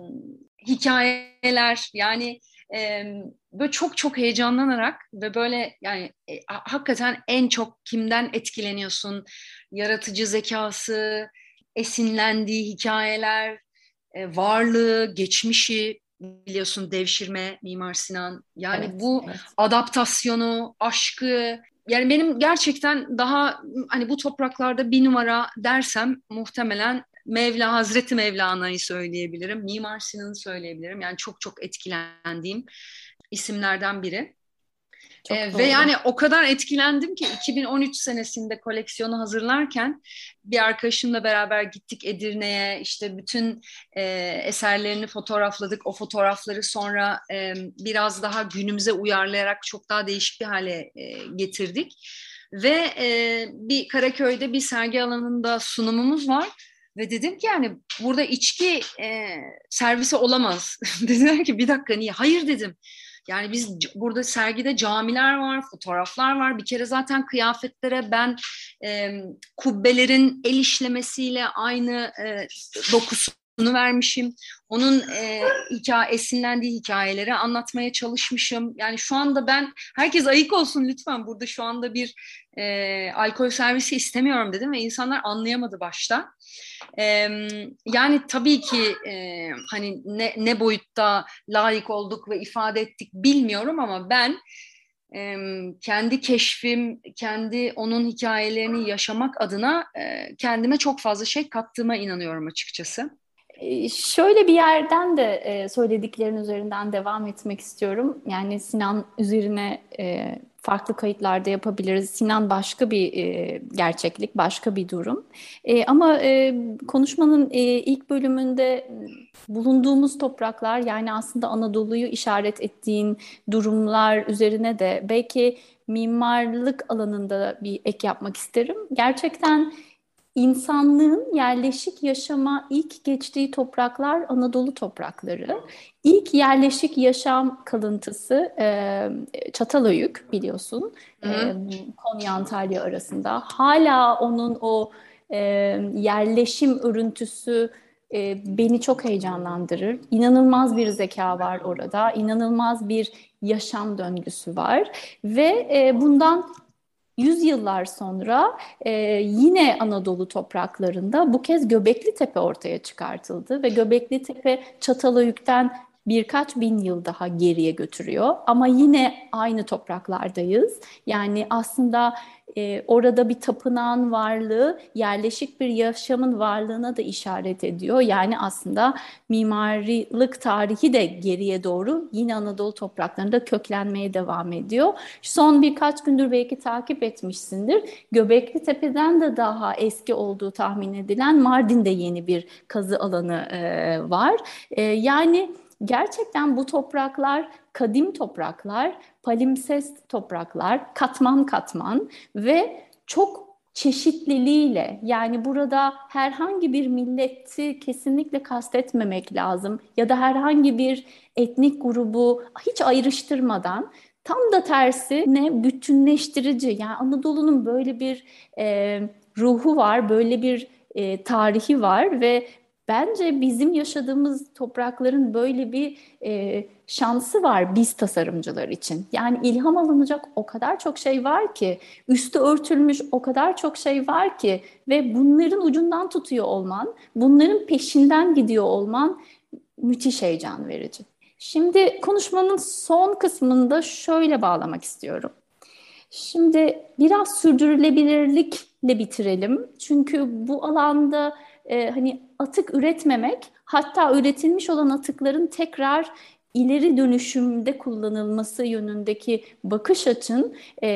hikayeler yani, böyle çok çok heyecanlanarak ve böyle yani hakikaten en çok kimden etkileniyorsun? Yaratıcı zekası, esinlendiği hikayeler, varlığı, geçmişi, biliyorsun devşirme Mimar Sinan. Yani Evet, bu evet. adaptasyonu, aşkı, yani benim gerçekten daha hani bu topraklarda bir numara dersem muhtemelen Hazreti Mevlana'yı söyleyebilirim. Mimar Sinan'ı söyleyebilirim. Yani çok çok etkilendiğim isimlerden biri. Çok Ve doğru. yani o kadar etkilendim ki 2013 senesinde koleksiyonu hazırlarken bir arkadaşımla beraber gittik Edirne'ye, işte bütün eserlerini fotoğrafladık. O fotoğrafları sonra biraz daha günümüze uyarlayarak çok daha değişik bir hale getirdik. Ve bir Karaköy'de bir sergi alanında sunumumuz var. Ve dedim ki yani burada içki servisi olamaz. Dediler ki bir dakika niye? Hayır dedim. Yani biz burada sergide camiler var, fotoğraflar var. Bir kere zaten kıyafetlere ben kubbelerin el işlemesiyle aynı dokusunu vermişim. Onun esinlendiği hikayeleri anlatmaya çalışmışım. Yani şu anda ben, herkes ayık olsun lütfen, burada şu anda bir alkol servisi istemiyorum dedim ve insanlar anlayamadı başta. Yani tabii ki hani ne boyutta layık olduk ve ifade ettik bilmiyorum ama ben kendi keşfim, kendi onun hikayelerini yaşamak adına kendime çok fazla şey kattığıma inanıyorum açıkçası. Şöyle bir yerden de söylediklerin üzerinden devam etmek istiyorum. Yani Sinan üzerine farklı kayıtlar da yapabiliriz. Sinan başka bir gerçeklik, başka bir durum. Ama konuşmanın ilk bölümünde bulunduğumuz topraklar, yani aslında Anadolu'yu işaret ettiğin durumlar üzerine de belki mimarlık alanında bir ek yapmak isterim. Gerçekten İnsanlığın yerleşik yaşama ilk geçtiği topraklar Anadolu toprakları. İlk yerleşik yaşam kalıntısı Çatalhöyük, biliyorsun. Hı hı. Konya Antalya arasında. Hala onun o e, yerleşim örüntüsü beni çok heyecanlandırır. İnanılmaz bir zeka var orada. İnanılmaz bir yaşam döngüsü var. Ve bundan yüzyıllar sonra yine Anadolu topraklarında bu kez Göbekli Tepe ortaya çıkartıldı ve Göbekli Tepe Çatalhöyük'ten birkaç bin yıl daha geriye götürüyor. Ama yine aynı topraklardayız. Yani aslında orada bir tapınağın varlığı yerleşik bir yaşamın varlığına da işaret ediyor. Yani aslında mimarilik tarihi de geriye doğru yine Anadolu topraklarında köklenmeye devam ediyor. Son birkaç gündür belki takip etmişsindir. Göbekli Tepe'den de daha eski olduğu tahmin edilen Mardin'de yeni bir kazı alanı var. Yani gerçekten bu topraklar kadim topraklar, palimpsest topraklar, katman katman ve çok çeşitliliğiyle, yani burada herhangi bir milleti kesinlikle kastetmemek lazım ya da herhangi bir etnik grubu hiç ayrıştırmadan, tam da tersine bütünleştirici, yani Anadolu'nun böyle bir ruhu var, böyle bir tarihi var ve bence bizim yaşadığımız toprakların böyle bir şansı var biz tasarımcılar için. Yani ilham alınacak o kadar çok şey var ki, üstü örtülmüş o kadar çok şey var ki ve bunların ucundan tutuyor olman, bunların peşinden gidiyor olman müthiş heyecan verici. Şimdi konuşmanın son kısmında şöyle bağlamak istiyorum. Şimdi biraz sürdürülebilirlikle bitirelim. Çünkü bu alanda hani atık üretmemek, hatta üretilmiş olan atıkların tekrar ileri dönüşümde kullanılması yönündeki bakış açın,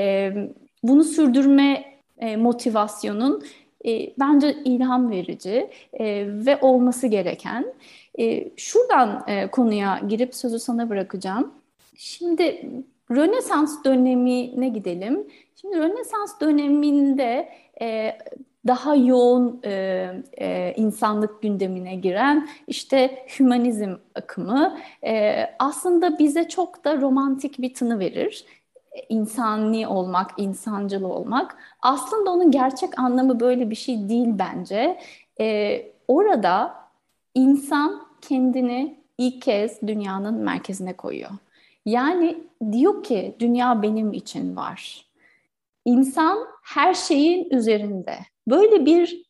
bunu sürdürme motivasyonun bence ilham verici ve olması gereken. Şuradan konuya girip sözü sana bırakacağım. Şimdi Rönesans dönemine gidelim. Şimdi Rönesans döneminde daha yoğun insanlık gündemine giren işte hümanizm akımı aslında bize çok da romantik bir tını verir. İnsani olmak, insancıl olmak. Aslında onun gerçek anlamı böyle bir şey değil bence. Orada insan kendini ilk kez dünyanın merkezine koyuyor. Yani diyor ki dünya benim için var. İnsan her şeyin üzerinde. Böyle bir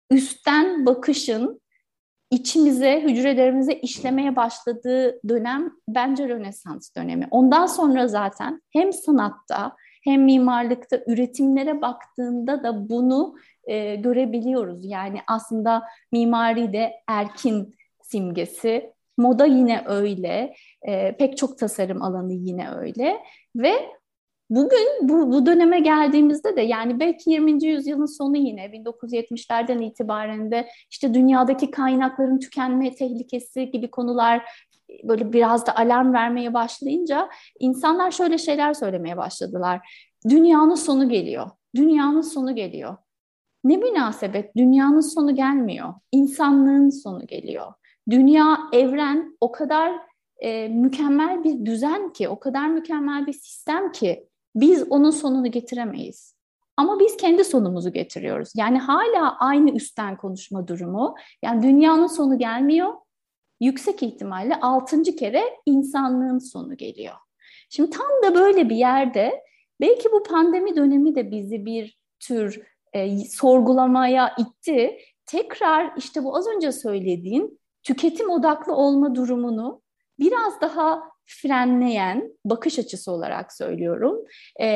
üstten bakışın içimize, hücrelerimize işlemeye başladığı dönem bence Rönesans dönemi. Ondan sonra zaten hem sanatta hem mimarlıkta üretimlere baktığında da bunu görebiliyoruz. Yani aslında mimari de erkin simgesi, moda yine öyle, pek çok tasarım alanı yine öyle ve bugün bu döneme geldiğimizde de, yani belki 20. yüzyılın sonu, yine 1970'lerden itibaren de işte dünyadaki kaynakların tükenme tehlikesi gibi konular böyle biraz da alarm vermeye başlayınca insanlar şöyle şeyler söylemeye başladılar. Dünyanın sonu geliyor. Dünyanın sonu geliyor. Ne münasebet, dünyanın sonu gelmiyor. İnsanlığın sonu geliyor. Dünya, evren o kadar mükemmel bir düzen ki, o kadar mükemmel bir sistem ki biz onun sonunu getiremeyiz. Ama biz kendi sonumuzu getiriyoruz. Yani hala aynı üstten konuşma durumu. Yani dünyanın sonu gelmiyor. Yüksek ihtimalle 6. kere insanlığın sonu geliyor. Şimdi tam da böyle bir yerde belki bu pandemi dönemi de bizi bir tür sorgulamaya itti. Tekrar işte bu az önce söylediğin tüketim odaklı olma durumunu biraz daha frenleyen bakış açısı olarak söylüyorum.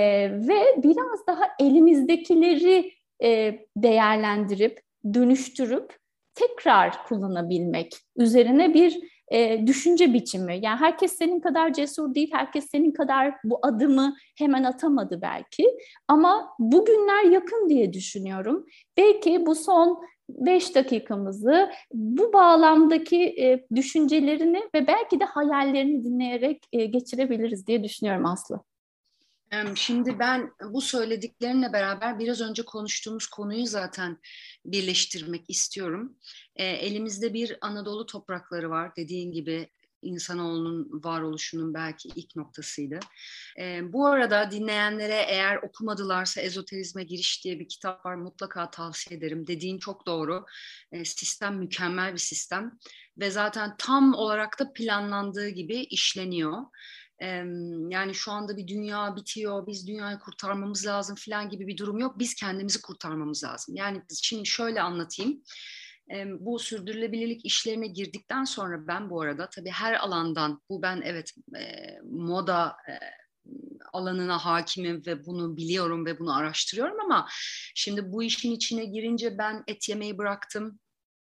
Ve biraz daha elimizdekileri değerlendirip, dönüştürüp tekrar kullanabilmek üzerine bir düşünce biçimi. Yani herkes senin kadar cesur değil, herkes senin kadar bu adımı hemen atamadı belki. Ama bugünler yakın diye düşünüyorum. Belki bu son 5 dakikamızı bu bağlamdaki düşüncelerini ve belki de hayallerini dinleyerek geçirebiliriz diye düşünüyorum Aslı. Şimdi ben bu söylediklerinle beraber biraz önce konuştuğumuz konuyu zaten birleştirmek istiyorum. Elimizde bir Anadolu toprakları var, dediğin gibi insanoğlunun varoluşunun belki ilk noktasıydı. Bu arada dinleyenlere eğer okumadılarsa Ezoterizme Giriş diye bir kitap var, mutlaka tavsiye ederim. Dediğin çok doğru. Sistem mükemmel bir sistem ve zaten tam olarak da planlandığı gibi işleniyor. Yani şu anda bir dünya bitiyor, biz dünyayı kurtarmamız lazım falan gibi bir durum yok. Biz kendimizi kurtarmamız lazım. Yani şimdi şöyle anlatayım. Bu sürdürülebilirlik işlerine girdikten sonra ben bu arada tabii her alandan ben evet moda alanına hakimim ve bunu biliyorum ve bunu araştırıyorum ama şimdi bu işin içine girince ben et yemeyi bıraktım.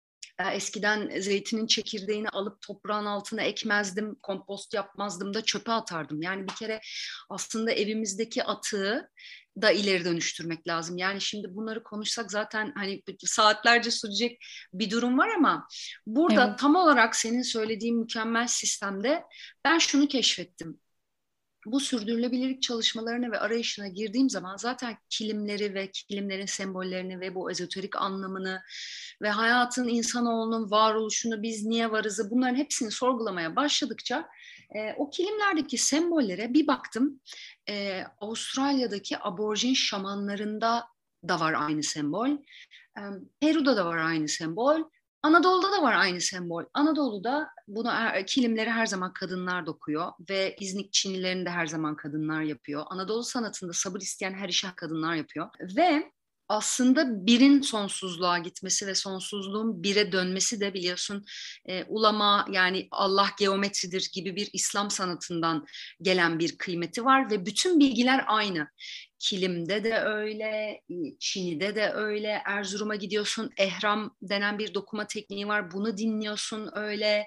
Eskiden zeytinin çekirdeğini alıp toprağın altına ekmezdim, kompost yapmazdım da çöpe atardım. Yani bir kere aslında evimizdeki atığı da ileri dönüştürmek lazım. Yani şimdi bunları konuşsak zaten hani saatlerce sürecek bir durum var ama burada Evet. tam olarak senin söylediğin mükemmel sistemde ben şunu keşfettim. Bu sürdürülebilirlik çalışmalarına ve arayışına girdiğim zaman zaten kilimleri ve kilimlerin sembollerini ve bu ezoterik anlamını ve hayatın, insanoğlunun varoluşunu, biz niye varızı, bunların hepsini sorgulamaya başladıkça o kilimlerdeki sembollere bir baktım. Avustralya'daki aborjin şamanlarında da var aynı sembol. Peru'da da var aynı sembol. Anadolu'da da var aynı sembol. Anadolu'da kilimleri her zaman kadınlar dokuyor ve İznik çinilerini de her zaman kadınlar yapıyor. Anadolu sanatında sabır isteyen her işi kadınlar yapıyor. Ve aslında birin sonsuzluğa gitmesi ve sonsuzluğun bire dönmesi de biliyorsun ulama, yani Allah geometridir gibi bir İslam sanatından gelen bir kıymeti var ve bütün bilgiler aynı. Kilimde de öyle, Çin'de de öyle. Erzurum'a gidiyorsun, ehram denen bir dokuma tekniği var. Bunu dinliyorsun öyle.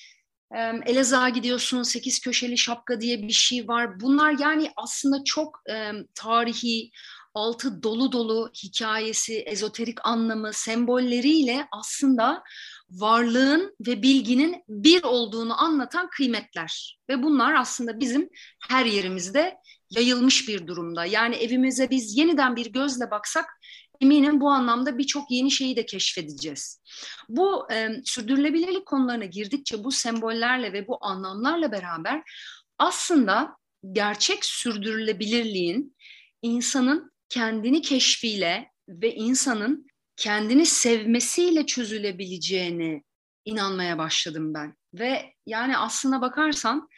Elazığ'a gidiyorsun, sekiz köşeli şapka diye bir şey var. Bunlar yani aslında çok tarihi, altı dolu dolu hikayesi, ezoterik anlamı, sembolleriyle aslında varlığın ve bilginin bir olduğunu anlatan kıymetler. Ve bunlar aslında bizim her yerimizde yayılmış bir durumda. Yani evimize biz yeniden bir gözle baksak eminim bu anlamda birçok yeni şeyi de keşfedeceğiz. Bu sürdürülebilirlik konularına girdikçe bu sembollerle ve bu anlamlarla beraber aslında gerçek sürdürülebilirliğin insanın kendini keşfiyle ve insanın kendini sevmesiyle çözülebileceğini inanmaya başladım ben. Ve yani aslına bakarsan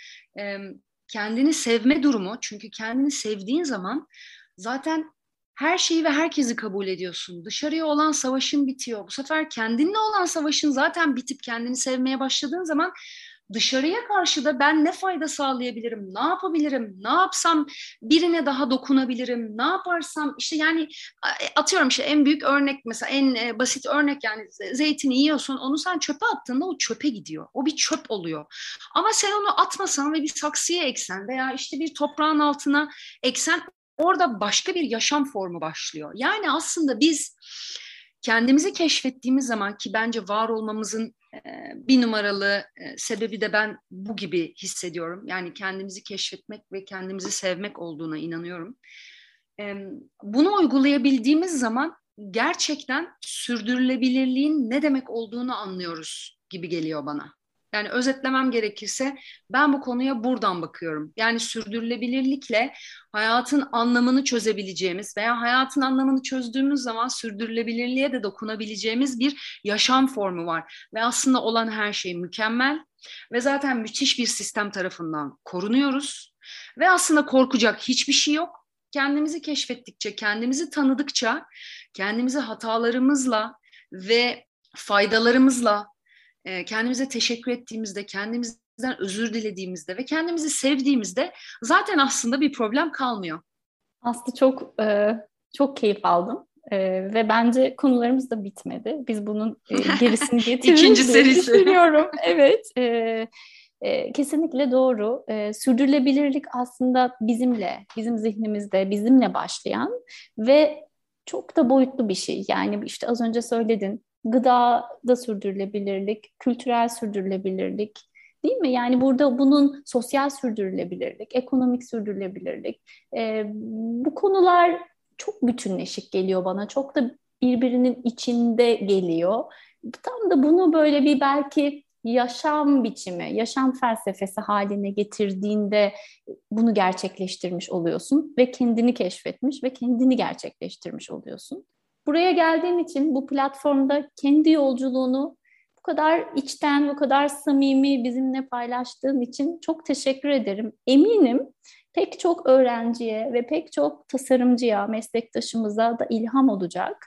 kendini sevme durumu, çünkü kendini sevdiğin zaman zaten her şeyi ve herkesi kabul ediyorsun. Dışarıya olan savaşın bitiyor. Bu sefer kendinle olan savaşın zaten bitip kendini sevmeye başladığın zaman dışarıya karşı da ben ne fayda sağlayabilirim, ne yapabilirim, ne yapsam birine daha dokunabilirim, ne yaparsam işte yani atıyorum işte en büyük örnek mesela en basit örnek yani zeytini yiyorsun, onu sen çöpe attığında o çöpe gidiyor. O bir çöp oluyor. Ama sen onu atmasan ve bir saksıya eksen veya işte bir toprağın altına eksen orada başka bir yaşam formu başlıyor. Yani aslında biz kendimizi keşfettiğimiz zaman ki bence var olmamızın bir numaralı sebebi de ben bu gibi hissediyorum. Yani kendimizi keşfetmek ve kendimizi sevmek olduğuna inanıyorum. Bunu uygulayabildiğimiz zaman gerçekten sürdürülebilirliğin ne demek olduğunu anlıyoruz gibi geliyor bana. Yani özetlemem gerekirse ben bu konuya buradan bakıyorum. Yani sürdürülebilirlikle hayatın anlamını çözebileceğimiz veya hayatın anlamını çözdüğümüz zaman sürdürülebilirliğe de dokunabileceğimiz bir yaşam formu var. Ve aslında olan her şey mükemmel ve zaten müthiş bir sistem tarafından korunuyoruz. Ve aslında korkacak hiçbir şey yok. Kendimizi keşfettikçe, kendimizi tanıdıkça, kendimizi hatalarımızla ve faydalarımızla kendimize teşekkür ettiğimizde, kendimizden özür dilediğimizde ve kendimizi sevdiğimizde zaten aslında bir problem kalmıyor. Aslı çok keyif aldım. Ve bence konularımız da bitmedi. Biz bunun gerisini İkinci getiririz diye serisi. düşünüyorum. Evet, kesinlikle doğru. Sürdürülebilirlik aslında bizim zihnimizde, bizimle başlayan ve çok da boyutlu bir şey. Yani işte az önce söyledin, gıdada sürdürülebilirlik, kültürel sürdürülebilirlik, değil mi? Yani burada bunun sosyal sürdürülebilirlik, ekonomik sürdürülebilirlik, bu konular çok bütünleşik geliyor bana. Çok da birbirinin içinde geliyor. Tam da bunu böyle bir belki yaşam biçimi, yaşam felsefesi haline getirdiğinde bunu gerçekleştirmiş oluyorsun ve kendini keşfetmiş ve kendini gerçekleştirmiş oluyorsun. Buraya geldiğin için bu platformda kendi yolculuğunu bu kadar içten, bu kadar samimi bizimle paylaştığın için çok teşekkür ederim. Eminim pek çok öğrenciye ve pek çok tasarımcıya, meslektaşımıza da ilham olacak.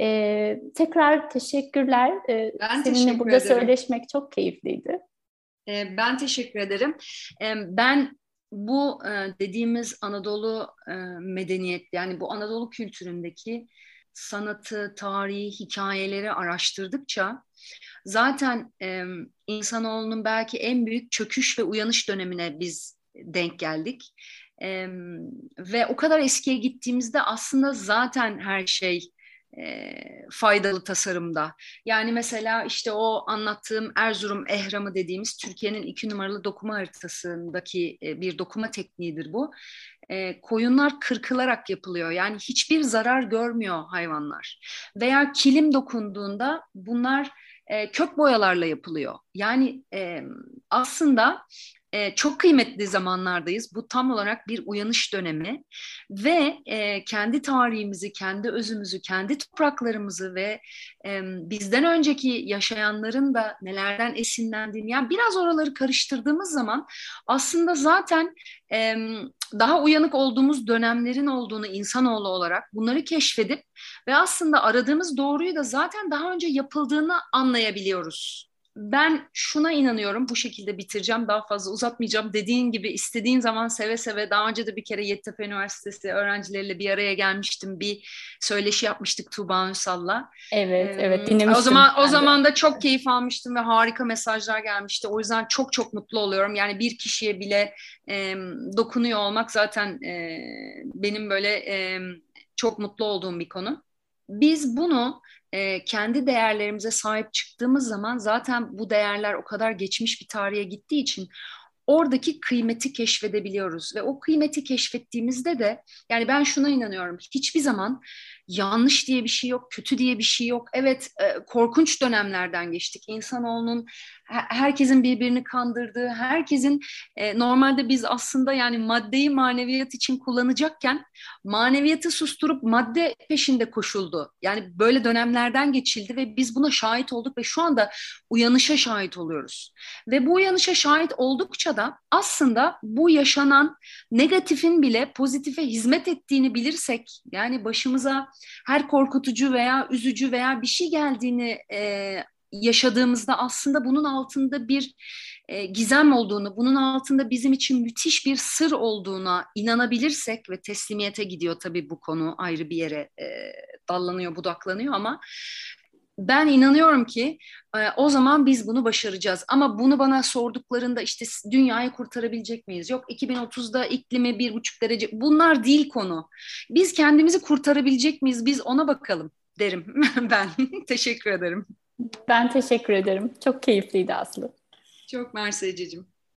Tekrar teşekkürler. Ben Seninle teşekkür burada ederim. söyleşmek çok keyifliydi. Ben teşekkür ederim. Ben bu dediğimiz Anadolu medeniyet, yani bu Anadolu kültüründeki sanatı, tarihi, hikayeleri araştırdıkça zaten insanoğlunun belki en büyük çöküş ve uyanış dönemine biz denk geldik. Ve o kadar eskiye gittiğimizde aslında zaten her şey faydalı tasarımda. Yani mesela işte o anlattığım Erzurum ehramı dediğimiz Türkiye'nin 2 numaralı dokuma haritasındaki bir dokuma tekniğidir bu. Koyunlar kırkılarak yapılıyor. Yani hiçbir zarar görmüyor hayvanlar. Veya kilim dokunduğunda bunlar kök boyalarla yapılıyor. Yani aslında çok kıymetli zamanlardayız. Bu tam olarak bir uyanış dönemi ve kendi tarihimizi, kendi özümüzü, kendi topraklarımızı ve bizden önceki yaşayanların da nelerden esinlendiğini, yani biraz oraları karıştırdığımız zaman aslında zaten e, daha uyanık olduğumuz dönemlerin olduğunu insanoğlu olarak bunları keşfedip ve aslında aradığımız doğruyu da zaten daha önce yapıldığını anlayabiliyoruz. Ben şuna inanıyorum, bu şekilde bitireceğim, daha fazla uzatmayacağım. Dediğin gibi istediğin zaman seve seve, daha önce de bir kere Yeditepe Üniversitesi öğrencileriyle bir araya gelmiştim. Bir söyleşi yapmıştık Tuğba Ünsal'la. Evet, evet O dinlemiştim zaman o ben de. zaman da çok keyif almıştım ve harika mesajlar gelmişti. O yüzden çok çok mutlu oluyorum. Yani bir kişiye bile dokunuyor olmak zaten benim böyle çok mutlu olduğum bir konu. Biz bunu kendi değerlerimize sahip çıktığımız zaman zaten bu değerler o kadar geçmiş bir tarihe gittiği için oradaki kıymeti keşfedebiliyoruz ve o kıymeti keşfettiğimizde de yani ben şuna inanıyorum, hiçbir zaman yanlış diye bir şey yok, kötü diye bir şey yok. Evet, korkunç dönemlerden geçtik. İnsanoğlunun herkesin birbirini kandırdığı, herkesin normalde biz aslında yani maddeyi maneviyat için kullanacakken maneviyatı susturup madde peşinde koşuldu. Yani böyle dönemlerden geçildi ve biz buna şahit olduk ve şu anda uyanışa şahit oluyoruz. Ve bu uyanışa şahit oldukça da aslında bu yaşanan negatifin bile pozitife hizmet ettiğini bilirsek, yani başımıza her korkutucu veya üzücü veya bir şey geldiğini yaşadığımızda aslında bunun altında bir gizem olduğunu, bunun altında bizim için müthiş bir sır olduğuna inanabilirsek ve teslimiyete gidiyor tabii bu konu ayrı bir yere dallanıyor, budaklanıyor ama ben inanıyorum ki o zaman biz bunu başaracağız. Ama bunu bana sorduklarında işte dünyayı kurtarabilecek miyiz? Yok 2030'da iklimi 1,5 derece. Bunlar değil konu. Biz kendimizi kurtarabilecek miyiz? Biz ona bakalım derim ben. Teşekkür ederim. Ben teşekkür ederim. Çok keyifliydi Aslı. Çok mersi Ececiğim.